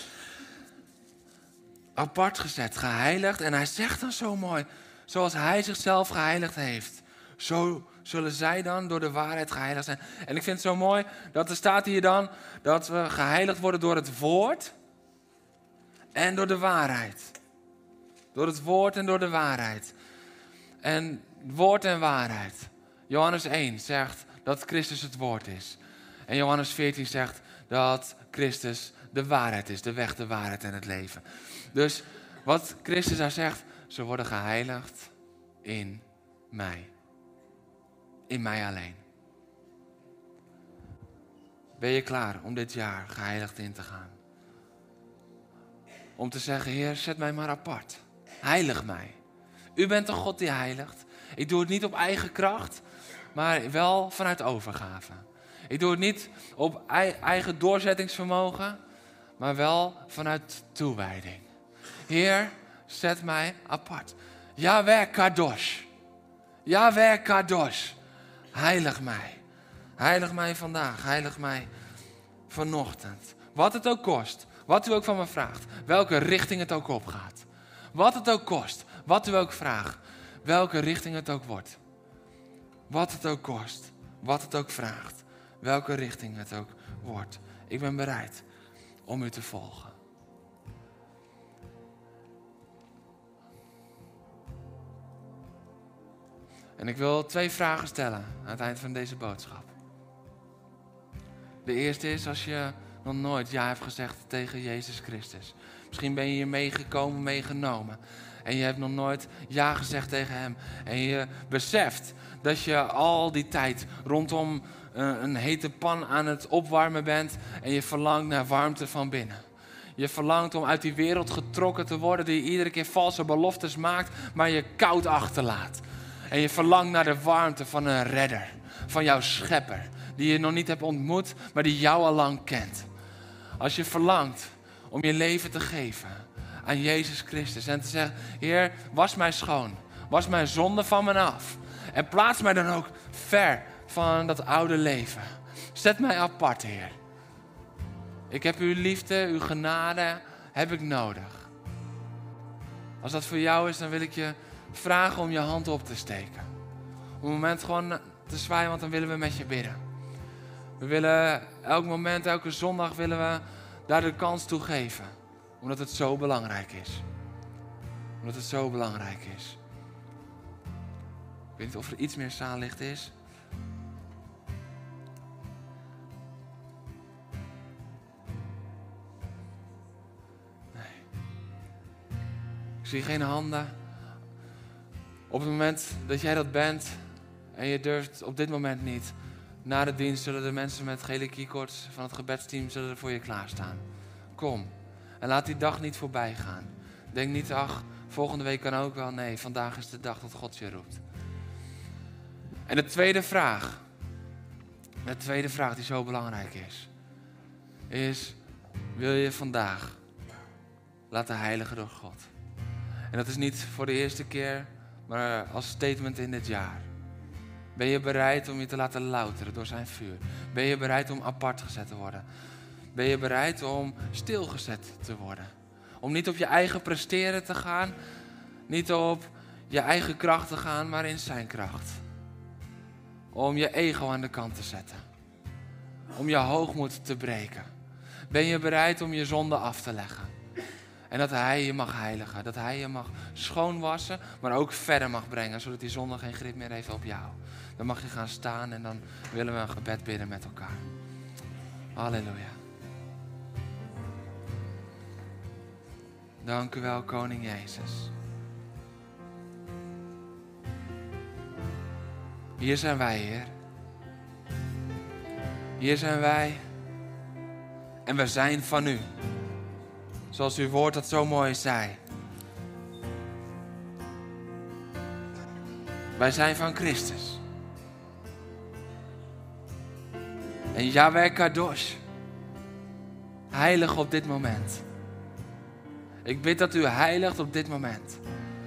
Apart gezet, geheiligd. En hij zegt dan zo mooi, zoals hij zichzelf geheiligd heeft, zo zullen zij dan door de waarheid geheiligd zijn. En ik vind het zo mooi dat er staat hier dan dat we geheiligd worden door het woord en door de waarheid. Door het woord en door de waarheid. En woord en waarheid. Johannes één zegt dat Christus het woord is. En Johannes veertien zegt dat Christus de waarheid is. De weg, de waarheid en het leven. Dus wat Christus daar zegt, ze worden geheiligd in mij. In mij alleen. Ben je klaar om dit jaar geheiligd in te gaan? Om te zeggen, Heer, zet mij maar apart. Heilig mij. U bent een God die heiligt. Ik doe het niet op eigen kracht, maar wel vanuit overgave. Ik doe het niet op eigen doorzettingsvermogen, maar wel vanuit toewijding. Heer, zet mij apart. Yahweh Kadosh. Yahweh Kadosh. Heilig mij. Heilig mij vandaag. Heilig mij vanochtend. Wat het ook kost. Wat u ook van me vraagt. Welke richting het ook opgaat. Wat het ook kost. Wat u ook vraagt. Welke richting het ook wordt. Wat het ook kost. Wat het ook vraagt. Welke richting het ook wordt. Ik ben bereid om u te volgen. En ik wil twee vragen stellen aan het eind van deze boodschap. De eerste is als je nog nooit ja hebt gezegd tegen Jezus Christus. Misschien ben je hier meegekomen, meegenomen. En je hebt nog nooit ja gezegd tegen hem. En je beseft dat je al die tijd rondom een hete pan aan het opwarmen bent. En je verlangt naar warmte van binnen. Je verlangt om uit die wereld getrokken te worden die iedere keer valse beloftes maakt, maar je koud achterlaat. En je verlangt naar de warmte van een redder, van jouw schepper. Die je nog niet hebt ontmoet, maar die jou al lang kent. Als je verlangt om je leven te geven aan Jezus Christus. En te zeggen, Heer, was mij schoon. Was mijn zonde van me af. En plaats mij dan ook ver van dat oude leven. Zet mij apart, Heer. Ik heb uw liefde, uw genade, heb ik nodig. Als dat voor jou is, dan wil ik je vragen om je hand op te steken. Op het moment gewoon te zwaaien, want dan willen we met je bidden. We willen elk moment, elke zondag willen we daar de kans toe geven. Omdat het zo belangrijk is. Omdat het zo belangrijk is. Ik weet niet of er iets meer zaallicht is. Nee. Ik zie geen handen. Op het moment dat jij dat bent en je durft op dit moment niet, na de dienst zullen de mensen met gele keycords van het gebedsteam zullen er voor je klaarstaan. Kom en laat die dag niet voorbij gaan. Denk niet, ach, volgende week kan ook wel. Nee, vandaag is de dag dat God je roept. En de tweede vraag, de tweede vraag die zo belangrijk is, is, wil je vandaag laten heiligen door God? En dat is niet voor de eerste keer, maar als statement in dit jaar. Ben je bereid om je te laten louteren door zijn vuur? Ben je bereid om apart gezet te worden? Ben je bereid om stilgezet te worden? Om niet op je eigen presteren te gaan, niet op je eigen kracht te gaan, maar in zijn kracht. Om je ego aan de kant te zetten. Om je hoogmoed te breken. Ben je bereid om je zonde af te leggen? En dat hij je mag heiligen. Dat hij je mag schoonwassen, maar ook verder mag brengen. Zodat die zonde geen grip meer heeft op jou. Dan mag je gaan staan en dan willen we een gebed bidden met elkaar. Halleluja. Dank u wel, Koning Jezus. Hier zijn wij, Heer. Hier zijn wij. En we zijn van u. Zoals uw woord dat zo mooi zei. Wij zijn van Christus. En Yahweh Kadosh. Heilig op dit moment. Ik bid dat u heiligt op dit moment.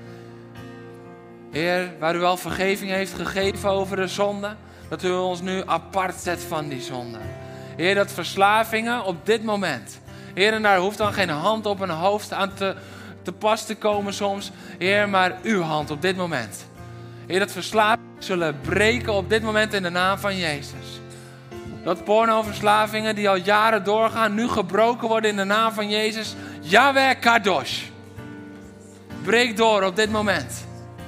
Heer, waar u al vergeving heeft gegeven over de zonde, dat u ons nu apart zet van die zonde. Heer, dat verslavingen op dit moment. Heer, en daar hoeft dan geen hand op een hoofd aan te, te pas te komen soms. Heer, maar uw hand op dit moment. Heer, dat verslavingen zullen breken op dit moment in de naam van Jezus. Dat pornoverslavingen die al jaren doorgaan, nu gebroken worden in de naam van Jezus. Yahweh Kadosh. Breek door op dit moment.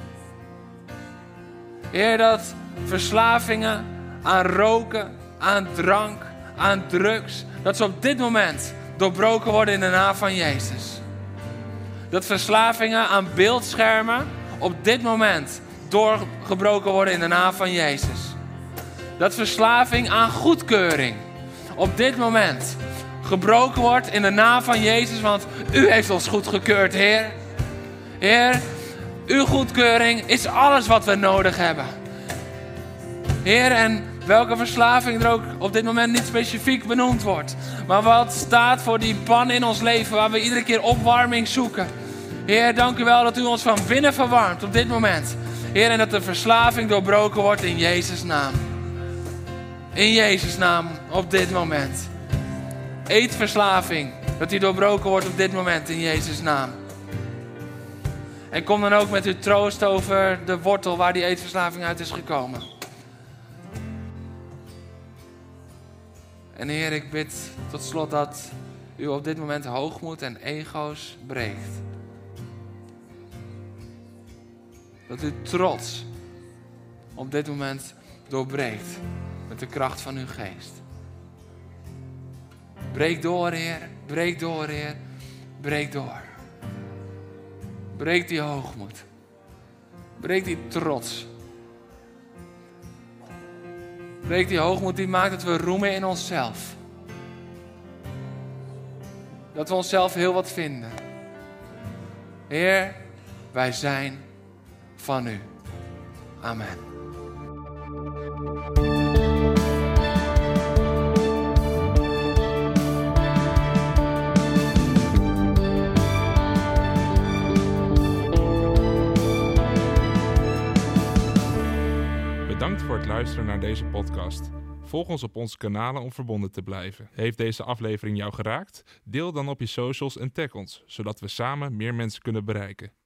Heer, dat verslavingen aan roken, aan drank, aan drugs, dat ze op dit moment doorbroken worden in de naam van Jezus. Dat verslavingen aan beeldschermen op dit moment doorgebroken worden in de naam van Jezus. Dat verslaving aan goedkeuring op dit moment gebroken wordt in de naam van Jezus, want u heeft ons goedgekeurd, Heer. Heer, uw goedkeuring is alles wat we nodig hebben. Heer, en welke verslaving er ook op dit moment niet specifiek benoemd wordt, maar wat staat voor die pan in ons leven waar we iedere keer opwarming zoeken. Heer, dank u wel dat u ons van binnen verwarmt op dit moment. Heer, en dat de verslaving doorbroken wordt in Jezus' naam. In Jezus' naam op dit moment. Eetverslaving, dat die doorbroken wordt op dit moment in Jezus' naam. En kom dan ook met uw troost over de wortel waar die eetverslaving uit is gekomen. En Heer, ik bid tot slot dat u op dit moment hoogmoed en ego's breekt. Dat u trots op dit moment doorbreekt met de kracht van uw geest. Breek door, Heer. Breek door, Heer. Breek door. Breek die hoogmoed. Breek die trots. Breek die hoogmoed die maakt dat we roemen in onszelf. Dat we onszelf heel wat vinden. Heer, wij zijn van u. Amen. Bedankt voor het luisteren naar deze podcast. Volg ons op onze kanalen om verbonden te blijven. Heeft deze aflevering jou geraakt? Deel dan op je socials en tag ons, zodat we samen meer mensen kunnen bereiken.